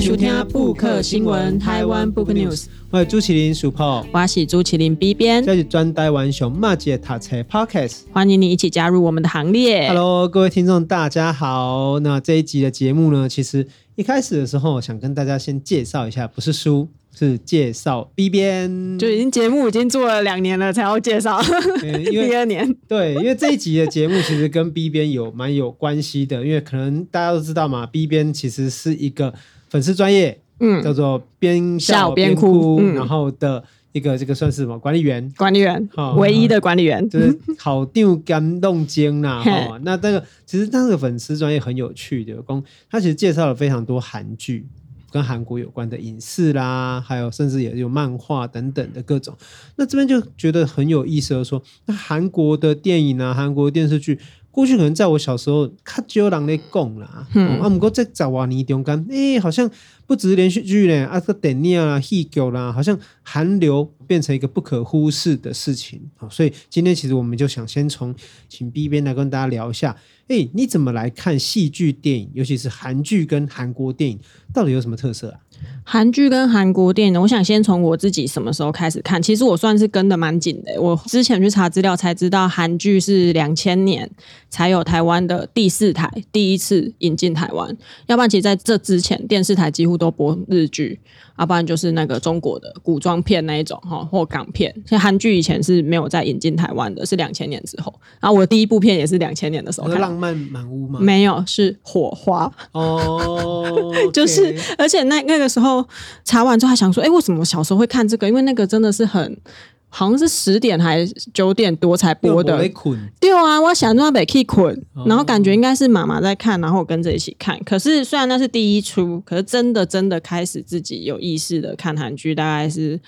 收听布克新闻台湾 Book News， 我是朱麒麟鼠炮， 我是朱麒麟 B 编， 这是专台湾熊骂街读册 Podcast， 欢迎你一起加入我们的行列。 Hello， 各位听众大家好。那这一集的节目呢，其实一开始的时候想跟大家先介绍一下，不是书，是介绍 B 编， 就节目已经做了2年了才要介绍第2年。 对，因为这一集的节目其实跟 B 编蛮有关系的，因为可能大家都知道嘛， B 编其实是一个粉丝专业，叫做边笑边哭，然后的一个这个算是什么管理员，唯一的管理员， 就是好定感动经啦。那这个其实这个粉丝专业很有趣的，他其实介绍了非常多韩剧跟韩国有关的影视啦，还有甚至也有漫画等等的各种。那这边就觉得很有意思的说，那韩国的电影啊，韩国电视剧过去可能在我小时候较少人在讲啦，不过这10多年中间，好像不只是连续剧呢，这电影啦、戏剧啦，好像韩流变成一个不可忽视的事情。所以今天其实我们就想先请 B 编来跟大家聊一下，你怎么来看戏剧电影，尤其是韩剧跟韩国电影到底有什么特色啊？ 韩剧跟韩国电影，我想先从我自己什么时候开始看。其实我算是跟得蛮紧的，我之前去查资料才知道，韩剧是2000年才有台湾的第4台第一次引进台湾，要不然其实在这之前电视台几乎都播日剧，要不然就是那个中国的古装片那一种或港片。像韩剧以前是没有在引进台湾的，是2000年之后。然后我的第一部片也是2000年的时候看。 浪漫满屋吗？ 没有，是火花。就是而且那个时候查完之后还想说，为什么我小时候会看这个？因为那个真的是好像是10点还9点多才播的。对啊，我想说没去困，然后感觉应该是妈妈在看，然后我跟着一起看。可是虽然那是第一出，可是真的开始自己有意识的看韩剧，大概是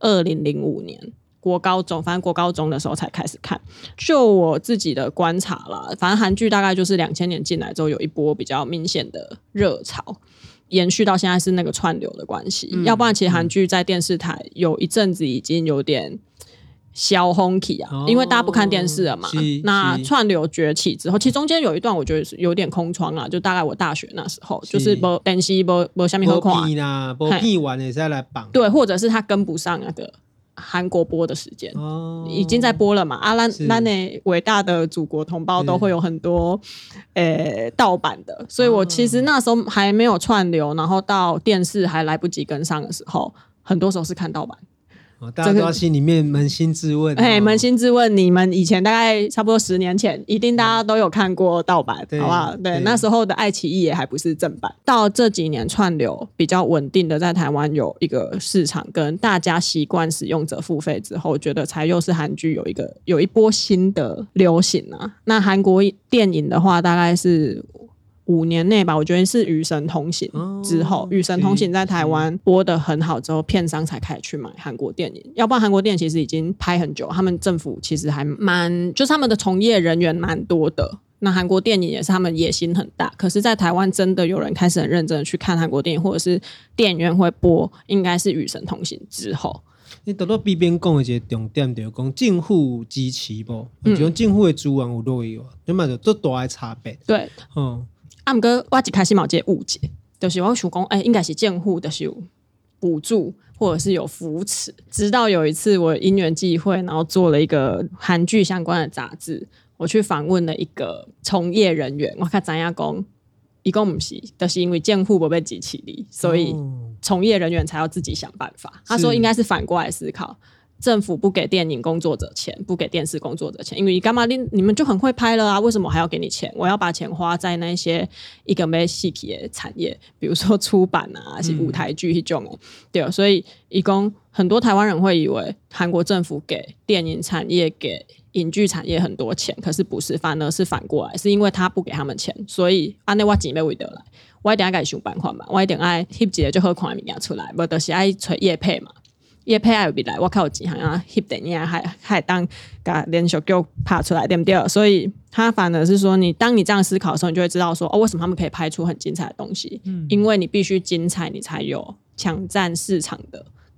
2005年。反正国高中的时候才开始看。就我自己的观察啦，反正韩剧大概就是2000年进来之后有一波比较明显的热潮，延续到现在是那个串流的关系。要不然其实韩剧在电视台有一阵子已经有点小红起啊，因为大家不看电视了嘛。那串流崛起之后，其实中间有一段我觉得是有点空窗啦，就大概我大学那时候，就是没电视没什么好看， 没片完也再来绑。 对，或者是他跟不上那个韩国播的时间，已经在播了嘛。咱的伟大的祖国同胞都会有很多盗版的，所以我其实那时候还没有串流，然后到电视还来不及跟上的时候，很多时候是看盗版。 大家都要心里面扪心自问， 扪心自问，你们以前大概差不多10年前，一定大家都有看过盗版，好不好？对，那时候的爱奇艺也还不是正版。到这几年串流比较稳定的在台湾有一个市场，跟大家习惯使用者付费之后，我觉得才又是韩剧有一波新的流行啊。那韩国电影的话，大概是5年内吧，我觉得是《与神同行》之后，《与神同行》在台湾播得很好之后，片商才开始去买韩国电影。要不然韩国电影其实已经拍很久，他们政府其实还就是他们的从业人员蛮多的。那韩国电影也是他们野心很大，可是在台湾真的有人开始很认真的去看韩国电影，或者是电影院会播，应该是《与神同行》之后。 你得到 B 编讲的一个重点就是讲政府支持不，就讲政府的资源有落去，那么就最大的差别。 对，不过我一开始有这个误解，就是我想说应该是政府就是有补助或者是有扶持。直到有一次我因缘际会，然后做了一个韩剧相关的杂志，我去访问了一个从业人员，我才知道他不是，就是因为政府没被支持你，所以从业人员才要自己想办法。他说应该是反过来思考，政府不给电影工作者钱，不给电视工作者钱，因为干嘛你们就很会拍了啊，为什么还要给你钱？我要把钱花在那些一个没细皮的产业，比如说出版啊，是舞台剧那种。对，所以很多台湾人会以为韩国政府给电影产业给影剧产业很多钱，可是不是，反而是反过来，是因为他不给他们钱，所以这样我钱要为得来，我一定要给他想办法嘛，我一定要翕一个最好看的物件出来，不就是要找业配嘛，业配要有来，我靠有钱啊，翕电影还当把连续剧拍出来，对不对？所以他反而是说，当你这样思考的时候，你就会知道说，为什么他们可以拍出很精彩的东西，因为你必须精彩，你才有抢占市场的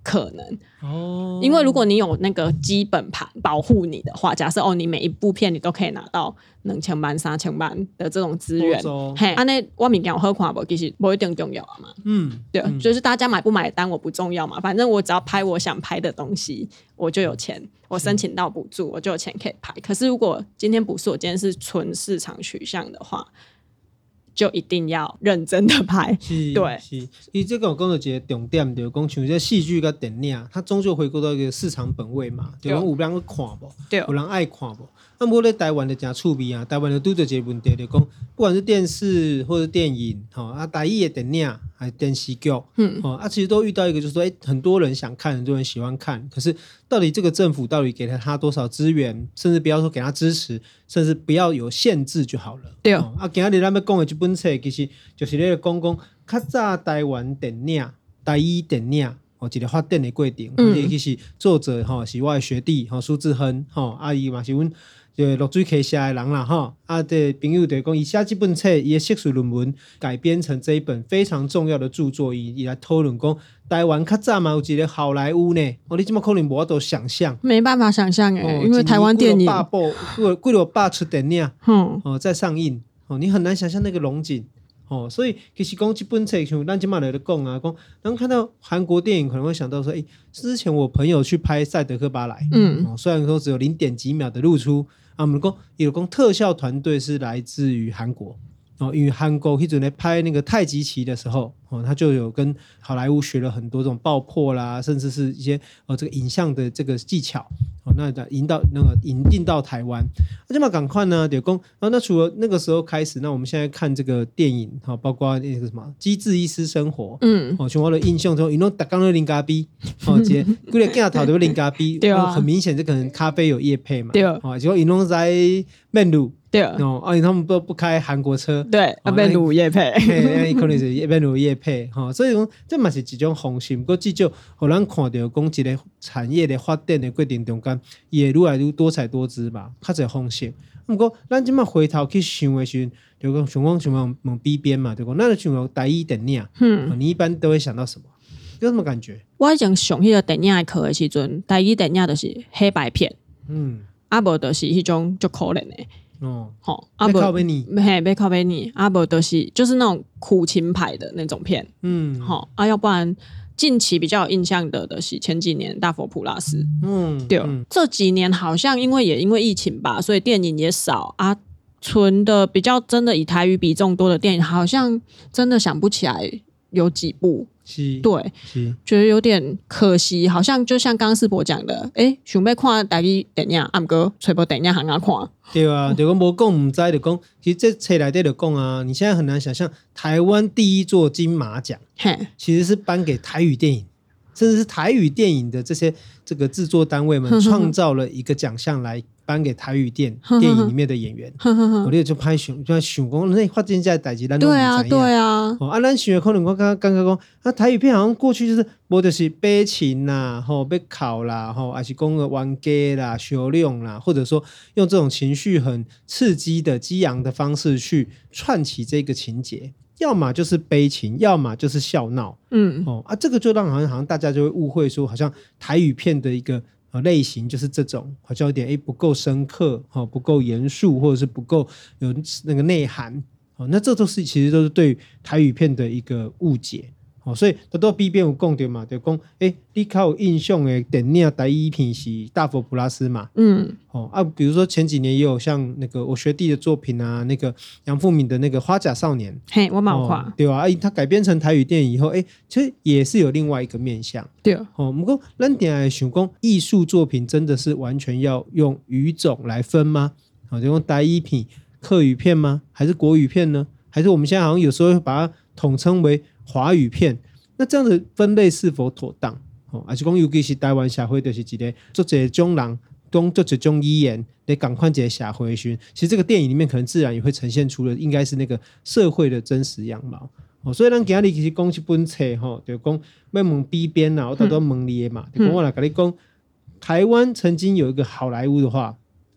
可能因为如果你有那个基本盘保护你的话，假设你每一部片你都可以拿到2000万3000万的这种资源，嘿，那我物件有好看不其实不一定重要嘛，对，就是大家买不买单我不重要嘛，反正我只要拍我想拍的东西我就有钱，我申请到补助我就有钱可以拍。可是如果今天不是，我今天是纯市场取向的话，就一定要认真的拍。对， 是伊这个讲到一个重点，就是讲像这戏剧跟电影，它终究回归到一个市场本位嘛，就讲有人去看无，有人爱看无。那么在台湾的真趣味啊，台湾就拄到一个问题，就是讲不管是电视或者电影，台语的电影还是电视剧，其实都遇到一个就是说，很多人想看，很多人喜欢看，可是到底这个政府到底给了他多少资源，甚至不要说给他支持，甚至不要有限制就好了。 对， 今天咱要讲的这本册，其实就是咧讲较早台湾电影、台语电影一个发展的过程。其实作者是我的学弟苏志亨，阿姨嘛是阮落水溪社的人啦，这朋友就讲伊写这本册，伊的硕士论文改编成这一本非常重要的著作，伊来讨论讲台湾较早嘛有一个好莱坞呢，你这么可能无法度想象， 没办法想象因为台湾电影几多百出电影在上映，你很难想象那个龙井。所以其实讲这本册像咱现在来讲啊，讲咱看到韩国电影可能会想到说，之前我朋友去拍赛德克巴莱，虽然说只有0.几秒的露出，我们有讲特效团队是来自于韩国，因为韩国那阵在拍那个太极旗的时候，他就有跟好莱坞学了很多这种爆破啦，甚至是一些这个影像的这个技巧，那引进到台湾。那么赶快呢，就讲那除了那个时候开始，那我们现在看这个电影，包括那个什么《机智医师生活》，像我的印象中，因为大家都啉咖啡，几个镜头都啉咖啡，很明显这可能咖啡有业配嘛，结果因为在面路。 对他们不开韩国车， 对，面路业配， 可能是面路业配，所以讲这嘛是一种方式。不过至少让咱看到讲一个产业的发展的过程中间，也愈来愈多彩多姿吧，较侪方式。不过咱今嘛回头去想的时候，就讲想问 B 边嘛，对不？那就想到台语电影，你一般都会想到什么？有什么感觉？ 我以前上迄个电影的课的时阵，台语电影就是黑白片，无就是迄种足可怜的。 要靠背你， 要靠背你，不就是那种苦情牌的那种片，要不然近期比较有印象的是前几年大佛普拉斯，对，这几年好像因为疫情吧，所以电影也少啊，纯的比较真的以台语比重多的电影，好像真的想不起来有几部。对，觉得有点可惜，好像就像刚刚世博讲的，想要看台语电影，不过找部电影行看。 对啊，就讲无讲唔知就讲，其实这册内底就讲啊，你现在很难想象台湾第一座金马奖，其实是颁给台语电影，甚至是台语电影的这个制作单位们创造了一个奖项来颁给台语电影里面的演员，我就拍想讲，那发展这代志，咱都唔知呀。 对啊， 咱想的可能我刚刚讲，台语片好像过去就是无就是悲情啦，被考啦，还是讲个冤家啦、修炼啦，或者说用这种情绪很刺激的激昂的方式去串起这个情节。要么就是悲情，要么就是笑闹，这个就让好像大家就会误会说，好像台语片的一个类型就是这种，好像有点不够深刻，不够严肃，或者是不够有那个内涵，那这其实都是对台语片的一个误解。所以都 B 边有讲到嘛，就讲你较有印象的电影台语片是大佛普拉斯嘛，比如说前几年也有像那个我学弟的作品啊，那个杨富闵的那个花甲少年， 嘿，我有看， 对啊，他改编成台语电影以后，其实也是有另外一个面向， 对， 不过咱定来想讲艺术作品真的是完全要用语种来分吗？就用台语片、客语片吗？还是国语片呢？还是我们现在好像有时候会把它统称为华语片？那这样的分类是否妥当？还是说尤其是台湾社会就是一个做这种人讲做这种语言来赶快这个社会其实这个电影里面可能自然也会呈现出了应该是那个社会的真实样貌。所以咱今天其实讲这本册就讲要问 B 边啦，我都问你的嘛，就讲我来跟你讲，台湾曾经有一个好莱坞的话，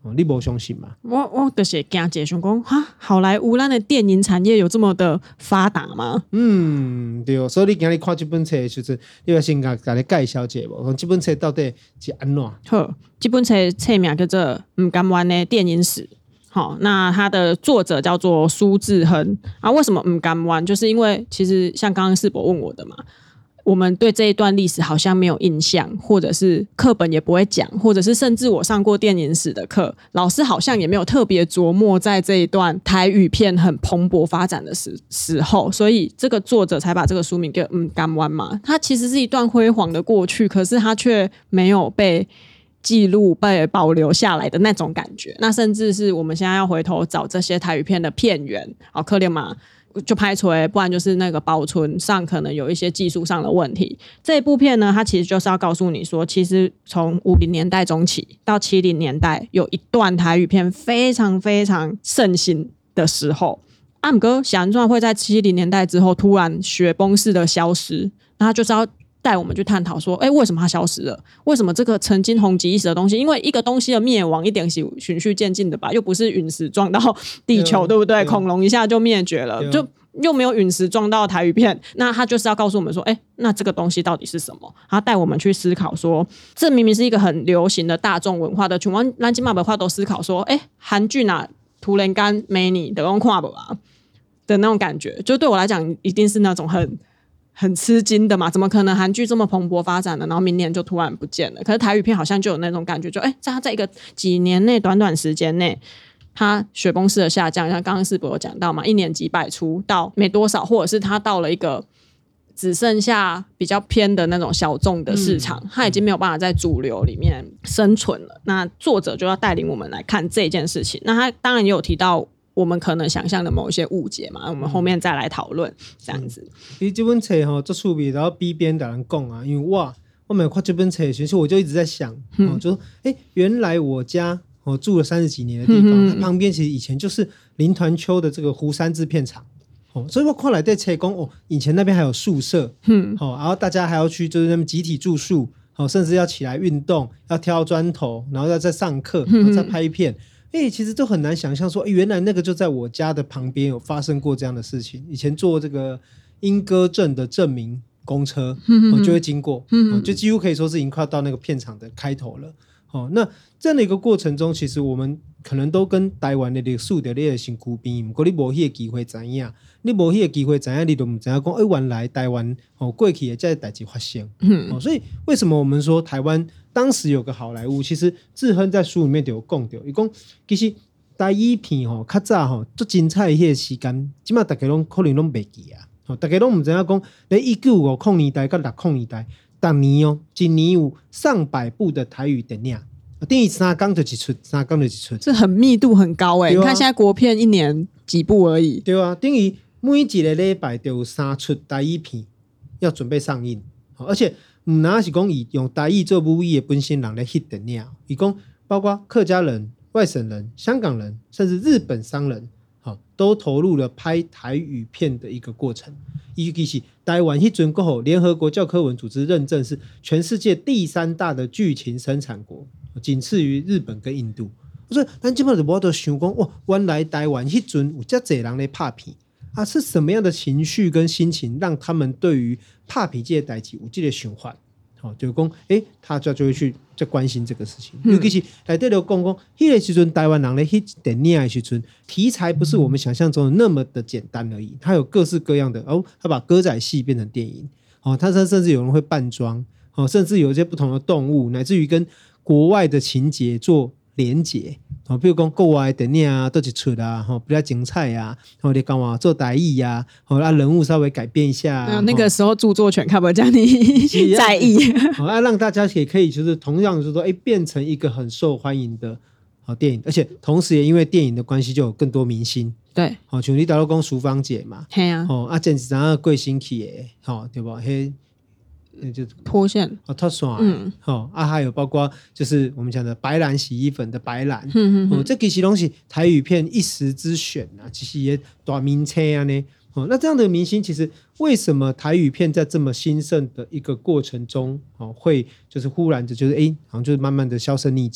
你不相信吗？ 我就是惊一想讲哈，好莱坞咱的电影产业有这么的发达吗？ 对，所以你今日看这本册就是你要先给你介绍一下无，这本册到底是安怎？ 好，这本册名叫做《不甘愿的电影史》。好，那它的作者叫做苏致亨啊。为什么不甘愿？就是因为其实像刚刚世博问我的嘛。我们对这一段历史好像没有印象，或者是课本也不会讲，或者是甚至我上过电影史的课，老师好像也没有特别琢磨在这一段台语片很蓬勃发展的时候，所以这个作者才把这个书名叫甘愿嘛。它其实是一段辉煌的过去，可是它却没有被记录被保留下来的那种感觉。那甚至是我们现在要回头找这些台语片的片源，可能嘛就拍出来，不然就是那个保存上可能有一些技术上的问题。这一部片呢，它其实就是要告诉你说，其实从50年代中期到70年代，有一段台语片非常非常盛行的时候。不过想转会在70年代之后突然雪崩式的消失，那它就是要带我们去探讨说，为什么它消失了？为什么这个曾经红极一时的东西，因为一个东西的灭亡一定是循序渐进的吧，又不是陨石撞到地球，对不对？恐龙一下就灭绝了，就又没有陨石撞到台语片，那他就是要告诉我们说，那这个东西到底是什么？他带我们去思考说，这明明是一个很流行的大众文化的群，咱今嘛的话都思考说，韩剧哪突然间没你的用看不啊的那种感觉，就对我来讲，一定是那种很吃惊的嘛，怎么可能韩剧这么蓬勃发展的，然后明年就突然不见了？可是台语片好像就有那种感觉，就在一个几年内短时间内，它雪崩式的下降，像刚刚世博有讲到嘛，1年几百出到没多少，或者是它到了一个只剩下比较偏的那种小众的市场，它已经没有办法在主流里面生存了。那作者就要带领我们来看这件事情。那他当然也有提到我们可能想象的某一些误解嘛，我们后面再来讨论这样子。 这本册做趣味，然后B边的人讲啊，因为我没有看这本册，其实我就一直在想，就说原来我家住了30几年的地方，它旁边其实以前就是林团丘的这个湖山制片厂。所以我后来在册讲以前那边还有宿舍，然后大家还要去就是那边集体住宿，甚至要起来运动，要挑砖头，然后要再上课，然后再拍片。其实都很难想象说，原来那个就在我家的旁边有发生过这样的事情。以前做这个莺歌镇的证明公车，就会经过，就几乎可以说是已经快到那个片场的开头了。那这样的一个过程中，其实我们可能都跟台湾的历史的你的身躯边，不过你没那个机会知道，你没那个机会知道，你都不知道说原来台湾过去的这些事情发生。所以为什么我们说台湾当时有个好莱坞，其实致亨在书里面就有讲到，他说其实台语片较早最精彩的那个时间，现在大家可能都不记啊，大家都不知道说在1950年代到60年代当年一年有上百部的台语电影，等于3天就一出，3天就一出， 这很密度很高你看现在国片1年几部而已， 对啊，等于每一个礼拜就有3出台语片要准备上映，而且不只是说用台语做母语的本身人来翕电影，他说包括客家人、外省人、香港人，甚至日本商人，都投入了拍台语片的一个过程。尤其是台湾那时候联合国教科文组织认证是全世界第3大的剧情生产国，仅次于日本跟印度。所以咱现在就没有想说，原来台湾那时候有这么多人在拍片啊，是什么样的情绪跟心情让他们对于拍片这个事情有这个想法？就是说他就会去关心这个事情。尤其是内底就讲那个时候台湾人在拍电影的时候，题材不是我们想象中的那么的简单而已，它有各式各样的他把歌仔戏变成电影，他甚至有人会扮装，甚至有一些不同的动物，乃至于跟国外的情节做连结，比如说国外的电影啊，都一出啊，比较精彩啊，你讲话做台语啊，人物稍微改变一下， 那个时候著作权看不讲你在意， 让大家也可以就是同样就是说，变成一个很受欢迎的电影，而且同时也因为电影的关系，就有更多明星。 对， 像你大家讲淑芳姐嘛， 对啊， 前一阵贵星去的，对吧？就脱线脱线，还有包括就是我们讲的白兰洗衣粉的白兰，这其实都是台语片一时之选啊，其实也大名车啊呢。那这样的明星，其实为什么台语片在这么兴盛的一个过程中，会就是忽然的，就是好像就是慢慢的销声匿迹？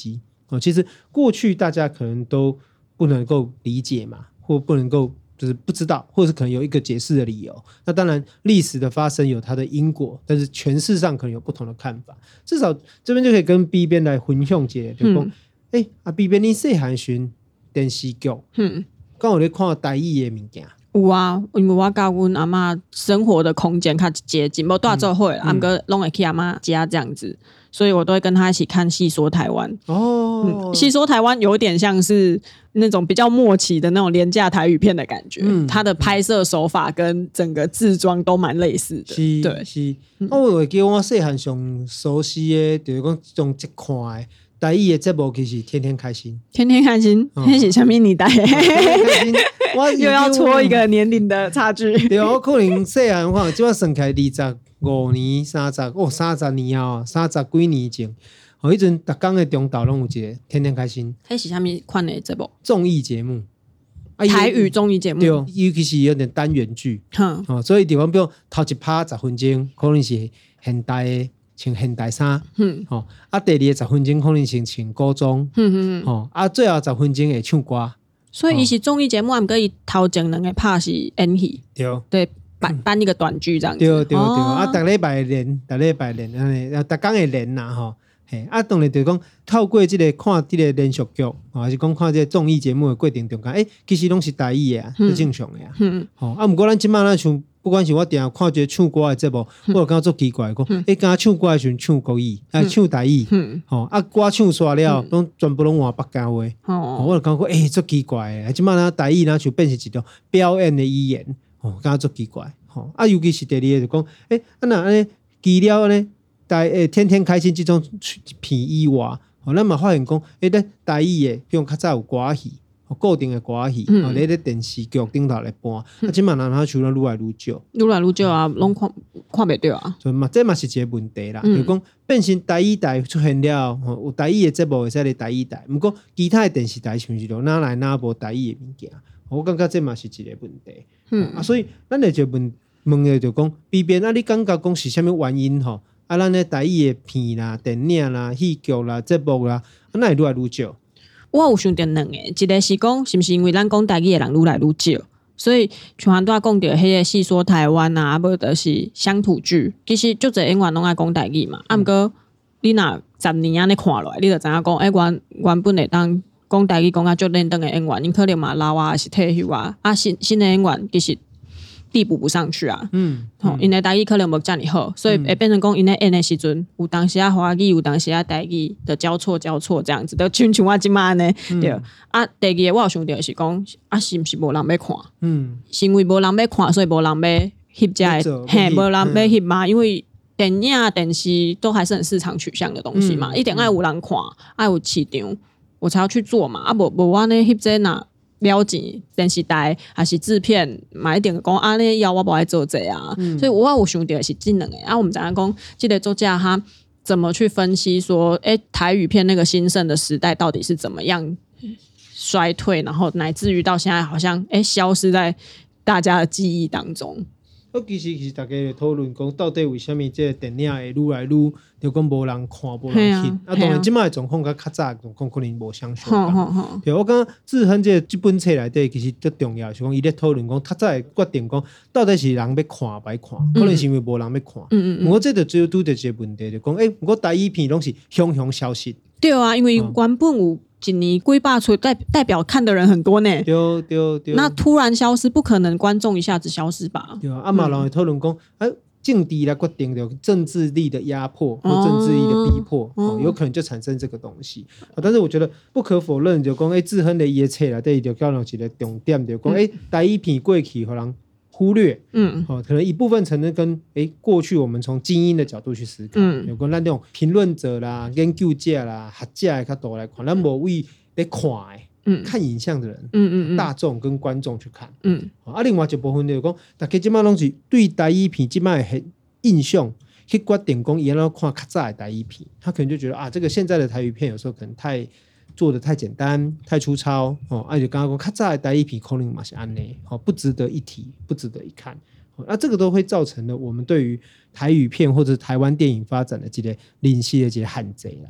其实过去大家可能都不能够理解嘛，或不能够就是不知道，或者是可能有一个解释的理由。那当然历史的发生有它的因果，但是诠释上可能有不同的看法。至少这边就可以跟 B 边来分享一下，就说B 边你细汉时电视剧刚有在看台语的物件。 有啊，因为我甲阮阿嬷生活的空间较接近，无大做伙，啊，毋过拢会去阿嬷家这样子，所以我都会跟她一起看《戏说台湾》。戏说台湾有点像是那种比较末期的那种廉价台语片的感觉，它的拍摄手法跟整个制装都蛮类似的。对， 是。我会记我细汉上熟悉的，就是讲种一看的。台语的节目其实天天开心， 天天开心，那是什么年代？我又要戳一个年龄的差距。 对啊，我可能细汉我即摆算起来25年、30年啊，30几年前，迄阵逐工的中昼拢有一个天天开心。 迄是啥物款的节目？ 综艺节目， 台语综艺节目。 对，尤其是有点单元剧。所以比方比如头一趴10分钟，可能是现代的。穿现代衫，第二个10分钟可能是穿古装，最后10分钟会唱歌。 所以伊是综艺节目，毋过伊头前2个拍是演戏，对，搬一个短剧这样子。 对，逐礼拜练，逐工会练啦吼。当然就是讲透过这个看这个连续剧，还是讲看这个综艺节目的过程中间，其实拢是台语的啊，是正常的啊。毋过咱即摆咱像。不管是我定看一个唱歌的节目，我就感觉足奇怪，讲敢唱歌的时阵唱国语，唱台语，歌唱煞了，拢全部拢换北京话，我就感觉足奇怪的。即摆咱台语就变成一种表演的语言，感觉足奇怪。尤其是第二个就讲，那安尼除了呢，天天开心这种片以外，咱嘛发现讲，咱台语的，比如较早有歌戏。固定的歌戏，咧电视剧顶头来播，即嘛人他除了愈来愈少啊，拢看袂到啊。 所以嘛，这嘛是一个问题啦。就讲变成台语台出现了，有台语的节目会使咧台语台，不过其他的电视台是毋是都哪来哪无台语的物件？我感觉这嘛是一个问题。所以咱就问的就讲，B边你感觉讲是啥物原因吼？咱咧台语的片啦、电影啦、戏剧啦、节目啦，那会愈来愈少。 我有想到2个，一个是讲是毋是因为咱讲台语的人愈来愈少，所以像咱拄仔讲到迄个戏说台湾啊，无就是乡土剧，其实足侪演员拢爱讲台语嘛。毋过你若10年安尼看落来，你就知影讲，原本会当讲台语讲啊足认真的演员，因可能嘛老啊，还是退休啊，新的演员其实递补不上去啊。因为台语可能无遮尔好，所以会变成讲因咧演的时阵，有当时华语，有当时台语的交错这样子，就像我即马呢，对。第二个我有想到是讲，是毋是无人要看？是因为无人要看，所以无人要翕遮的，无人要翕嘛？因为电影、电视都还是很市场取向的东西嘛，一定爱有人看，爱有市场，我才要去做嘛。无我呢翕遮哪？了钱电视台还是制片买一点讲啊，那要我不爱做这啊，所以我有想到的是这2个。我们讲讲这个作家他怎么去分析说，台语片那个兴盛的时代到底是怎么样衰退，然后乃至于到现在好像消失在大家的记忆当中。 其实大家讨论讲，到底为什么这个电影会愈来愈就讲无人看、无人翕？当然，即摆的状况甲较早的状况可能无相同。对，我感觉志亨这本册内底其实最重要是讲，伊咧讨论讲，较早会决定讲，到底是人要看歹看，可能是因为无人要看。不过这就只有拄着一个问题，就讲，不过台语片拢是汹汹消失。 对啊，因为原本有一年几百出，代表看的人很多呢。 对。 那突然消失，不可能观众一下子消失吧？ 对啊，嘛人会讨论讲，政治来决定的政治力的压迫或政治力的逼迫，有可能就产生这个东西。但是我觉得不可否认，就讲志亨的伊册内底就讲到一个重点，就讲台语片过去互人忽略，可能一部分承认跟过去我们从精英的角度去思考，有讲咱那种评论者啦、研究者啦、学者的角度来看，咱无为咧看的，看影像的人，大众跟观众去看，另外一部分就是讲，大家即摆拢是对台语片即摆的印象去决定讲，伊要看较早的台语片，他可能就觉得这个现在的台语片有时候可能做的太简单、太粗糙就刚刚讲较早的台语片可能嘛是安尼不值得一提、不值得一看。这个都会造成了我们对于台语片或者台湾电影发展的这个领先的这个限制啦。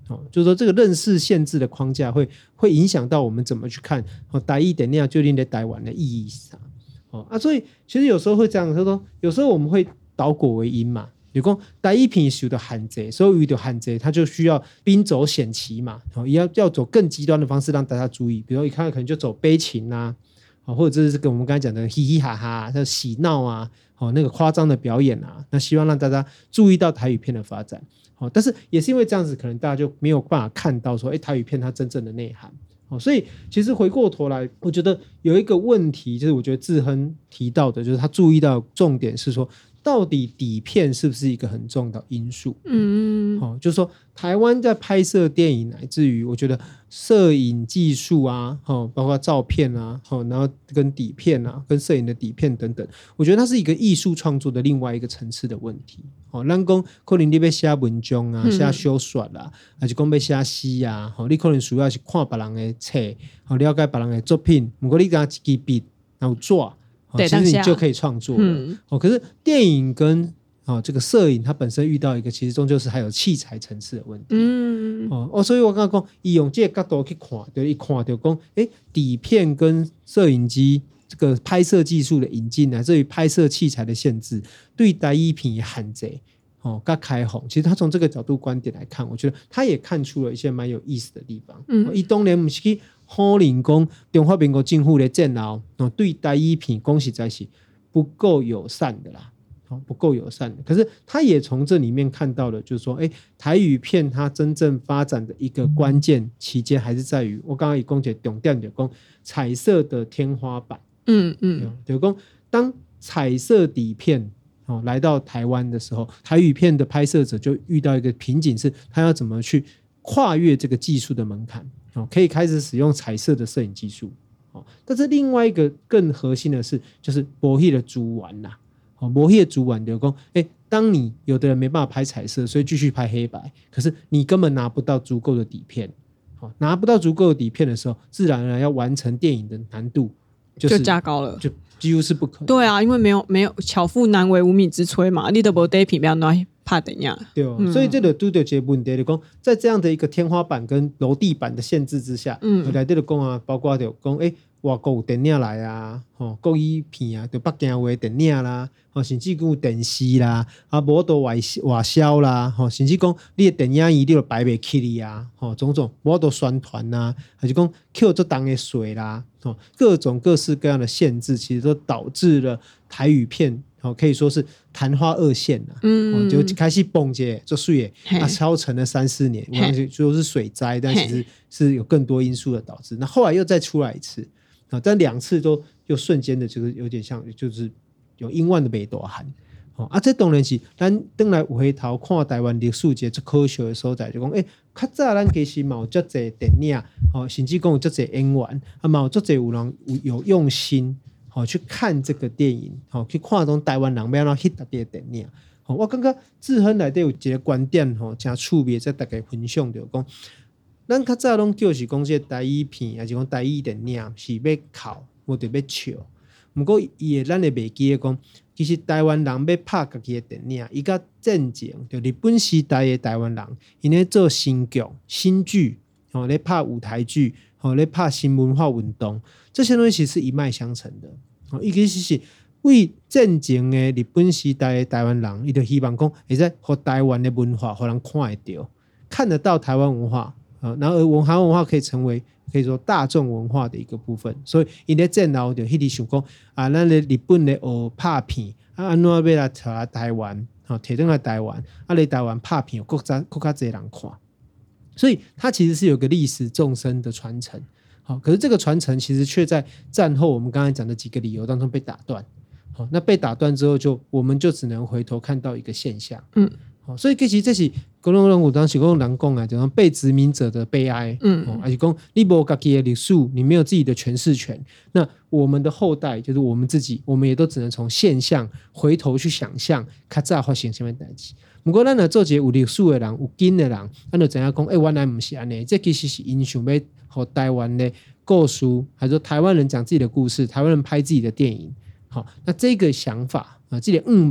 就是说这个认识限制的框架会影响到我们怎么去看台语电影究竟在台湾的意义是啥所以其实有时候会这样说，有时候我们会倒果为因嘛，就说台语片受到限制，所以遇到限制他就需要兵走险棋嘛，要走更极端的方式让大家注意，比如一看可能就走悲情啊，或者是跟我们刚才讲的嘻嘻哈哈的喜闹啊，那个夸张的表演啊，那希望让大家注意到台语片的发展。但是也是因为这样子，可能大家就没有办法看到说台语片它真正的内涵。所以其实回过头来，我觉得有一个问题，就是我觉得志亨提到的，就是他注意到重点是说，到底底片是不是一个很重要的因素？就是说台湾在拍摄电影，乃至于我觉得摄影技术啊，包括照片啊，然后跟底片啊，跟摄影的底片等等，我觉得它是一个艺术创作的另外一个层次的问题。咱说可能你要写文章啊，写小说啦，还是说要写诗啊，你可能需要是看别人的册，了解别人的作品，不过你拿一支笔然后纸，其实你就可以创作了。可是电影跟这个摄影它本身遇到一个其实终究是还有器材层次的问题。所以我刚刚讲以用这个角度去看，就一看就讲底片跟摄影机这个拍摄技术的引进，乃至于拍摄器材的限制，对台语片的限制跟开放，其实他从这个角度观点来看，我觉得他也看出了一些蛮有意思的地方。他当然不是去唬人说中华民国政府的战后对台语片说实在是不够友善的啦，不够友善的。可是他也从这里面看到了，就是说台语片它真正发展的一个关键期间还是在于我刚刚也讲一个重点，就是说彩色的天花板。就是说当彩色底片来到台湾的时候，台语片的拍摄者就遇到一个瓶颈，是他要怎么去跨越这个技术的门槛，可以开始使用彩色的摄影技术。但是另外一个更核心的是，就是没那个资源啦，没那个资源就是说当你有的人没办法拍彩色，所以继续拍黑白，可是你根本拿不到足够的底片，拿不到足够的底片的时候，自然而然要完成电影的难度就加高了， 就几乎是不可能。 对啊，因为没有巧妇难为无米之炊嘛，你都没底片，不要拿怕怎样？ 对所以这个都有一个问题，就是说在这样的一个天花板跟楼地板的限制之下，来这个讲啊，包括就讲外国有电影来啊，国语片啊，就北京话电影啦，甚至有电视啦，无都外销啦，甚至讲你的电影院你就摆不起哩啊，种种无都宣传啦，还是讲扣这当的税啦，各种各式各样的限制，其实都导致了台语片可以说是昙花二现啦，就开始崩解就水的超成了3-4年，我说是水灾，但其实是有更多因素的导致。那后来又再出来一次，但2次都又瞬间的就是有点像就是有英万的北大汉。这当然是咱回来回头看台湾历史一个最可笑的所在，就讲较早咱其实嘛有足侪电影，甚至讲有足侪演员，嘛有足侪有人有用心去看这个电影，去看种台湾人要怎么翕这个电影。我感觉志亨内底有一个观点真趣味，在大家分享就讲，咱较早拢叫是讲这台语片，还是讲台语电影是要哭或者要笑。不过咱会袂记得讲，其实台湾人要拍家己的电影，伊甲战前就日本时代的台湾人，因咧做新剧、新剧，咧拍舞台剧，咧拍新文化运动，这些东西是一脉相承的。伊其实是为战前的日本时代的台湾人，伊就希望讲会使互台湾的文化互人看会到，看得到台湾文化，然后台湾文化可以成为可以说大众文化的一个部分。所以因咧战后就迄直想讲咱咧日本咧学拍片，安怎要来摕来台湾，摕转来台湾，来台湾拍片，更较侪人看。所以它其实是有个历史纵深的传承。可是这个传承其实却在战后我们刚才讲的几个理由当中被打断。那被打断之后我们就只能回头看到一个现象。所以其实这是各种人有当时讲人讲啊，就被殖民者的悲哀。还是讲你没有自己的历史，你没有自己的诠释权，那我们的后代就是我们自己，我们也都只能从现象回头去想象较早发生什么代志。不过咱若做一个有历史的人，有根的人，咱就知影讲原来不是这样，这其实是因想要和台湾的故事，还是说台湾人讲自己的故事，台湾人拍自己的电影。那这个想法这个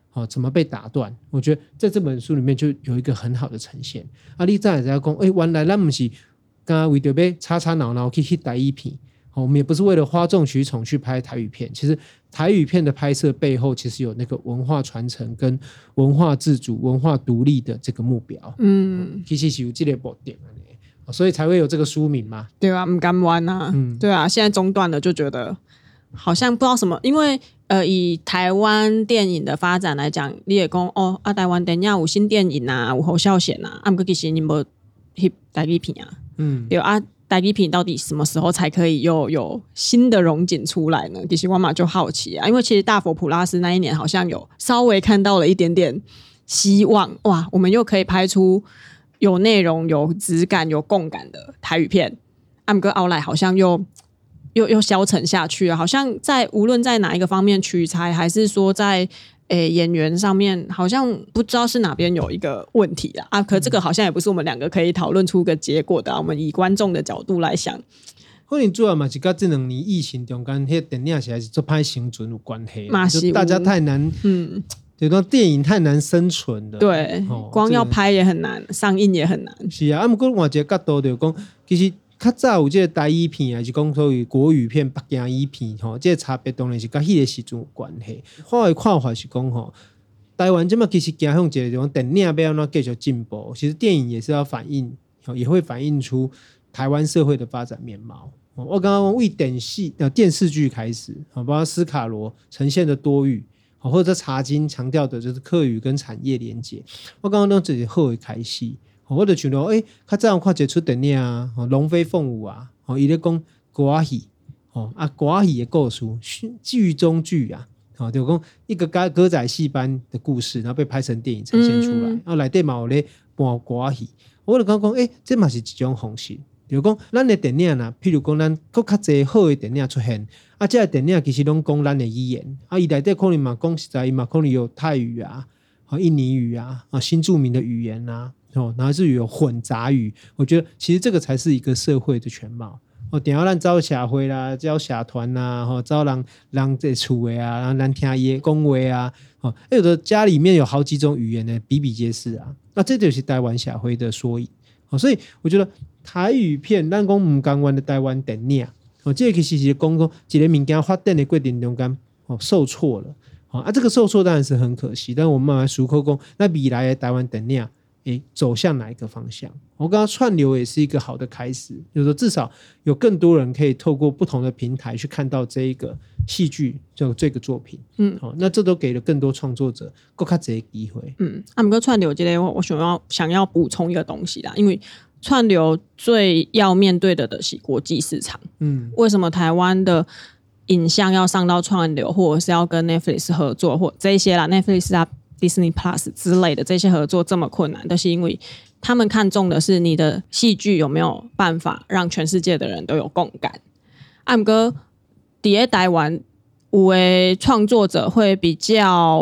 怎么被打断，我觉得在这本书里面就有一个很好的呈现。你再来在讲原来咱不是刚为着要吵吵闹闹去hit台语片，我们也不是为了哗众取宠去拍台语片，其实台语片的拍摄背后其实有那个文化传承跟文化自主文化独立的这个目标。其实是有这个目的，所以才会有这个书名嘛。 对啊，不甘弯啊。对啊，现在中断了就觉得好像不知道什么，因为以台湾电影的发展来讲，你也说台湾电影有新电影啊，有侯孝贤啊，不过其实你没翕台语片啊。对啊，台语片到底什么时候才可以又有新的荣景出来呢？其实我嘛就好奇啊，因为其实大佛普拉斯那一年好像有稍微看到了一点点希望，哇，我们又可以拍出有内容、有质感、有共感的台语片。不过后来好像又消沉下去了，好像无论在哪一个方面取材，还是说在演员上面，好像不知道是哪边有一个问题啦。可这个好像也不是我们两个可以讨论出个结果的。我们以观众的角度来想， 可能主要嘛是跟这2年疫情中间，那电影实在是做拍生存有关系， 就大家太难，就说电影太难生存了。 对，光要拍也很难，上映也很难。 是啊，不过换一个角度就讲，其实较早有这个台语片还是讲所谓国语片、北京语片这个差别当然是跟迄个时阵有关系。我的看法是讲台湾这么其实走向一个种电影要怎么继续进步，其实电影也是要反映，也会反映出台湾社会的发展面貌。我刚刚为电视剧开始，包括斯卡罗呈现的多语，或者茶经强调的就是客语跟产业连结。我刚刚都自己好的开始。我就想到较早有看一出电影啊，龙飞凤舞啊，他在讲歌仔戏，歌仔戏的故事剧中剧啊，就讲一个歌仔戏班的故事，然后被拍成电影呈现出来，然后内底嘛有咧播歌仔戏。我就讲这嘛是一种方式，就讲咱的电影啊，譬如讲咱更较侪好的电影出现，这个电影其实拢讲咱的语言，伊内底可能嘛讲实在嘛可能有泰语啊、印尼语啊、新著名的语言啊。然后是有混杂语，我觉得其实这个才是一个社会的全貌。等下咱招社会啦，招社团啦，招人在厝的啊，咱听伊的讲话啊，有的家里面有好几种语言的比比皆是啊。那这就是台湾社会的缩影。所以我觉得台语片咱讲不甘愿的台湾电影，这个其实是讲说一个物件发展的过程中间受挫了。这个受挫当然是很可惜，但我们慢慢思考说，那未来的台湾电影走向哪一个方向？我刚刚串流也是一个好的开始，就是说至少有更多人可以透过不同的平台去看到这一个戏剧这个作品。那这都给了更多创作者更多的机会。 不过串流这类我想要补充一个东西啦，因为串流最要面对的是国际市场。为什么台湾的影像要上到串流，或者是要跟 Netflix 合作，或这一些啦 Netflix 啊Disney Plus 之类的这些合作这么困难，都是因为他们看重的是你的戏剧有没有办法让全世界的人都有共感。不过在台湾有的创作者会比较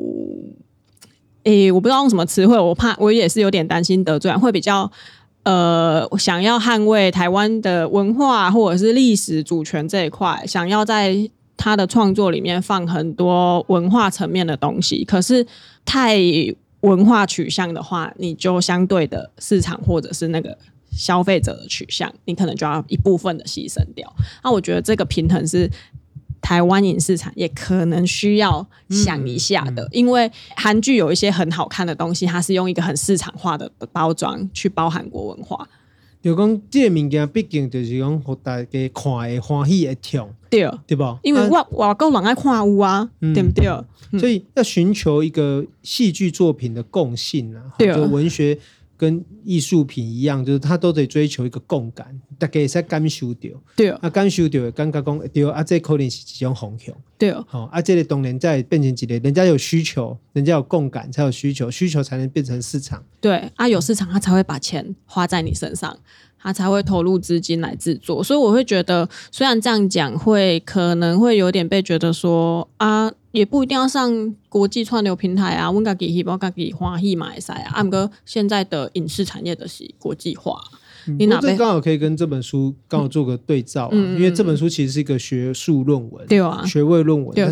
我不知道用什么词汇，我也是有点担心得罪人，会比较想要捍卫台湾的文化或者是历史主权这一块，想要在他的创作里面放很多文化层面的东西，可是太文化取向的话，你就相对的市场或者是那个消费者的取向，你可能就要一部分的牺牲掉。我觉得这个平衡是台湾影视产业可能需要想一下的，因为韩剧有一些很好看的东西，它是用一个很市场化的包装去包韩国文化。 就讲这个物件毕竟就是讲让大家看会欢喜会痛，对吧？ 因为外国人爱看有啊，对不对？ 所以要寻求一个戏剧作品的共性啊，就文学跟艺术品一样，就是它都得追求一个共感，大家会使感受到。 对， 感受到感觉讲对这可能是一种方向。 对， 这个当然再变成一个人家有需求，人家有共感才有需求，需求才能变成市场。 对有市场，他才会把钱花在你身上，他才会投入资金来制作。所以我会觉得，虽然这样讲可能会有点被觉得说也不一定要上国际串流平台啊，我们自己希望自己欢喜嘛会使啊。不过现在的影视产业的是国际化， 这刚好可以跟这本书刚好做个对照因为这本书其实是一个学术论文， 对啊， 学位论文，但是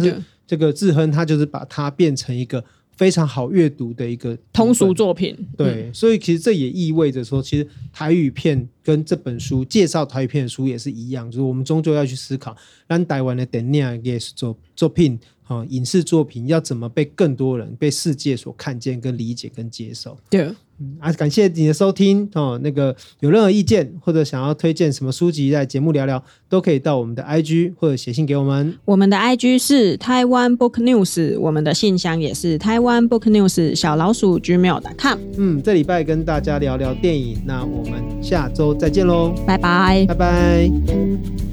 这个志亨他就是把它变成一个非常好阅读的一个通俗作品。 对，所以其实这也意味着说，其实台语片跟这本书介绍台语片的书也是一样，就是我们终究要去思考咱台湾的电影也是作品影视作品要怎么被更多人被世界所看见跟理解跟接受。 对， 感谢你的收听那个有任何意见或者想要推荐什么书籍在节目聊聊，都可以到我们的 IG 或者写信给我们。 我们的 IG 是台湾 Book News， 我们的信箱也是台湾 Book News @gmail.com。 这礼拜跟大家聊聊电影，那我们下周再见喽， 拜拜， 拜拜。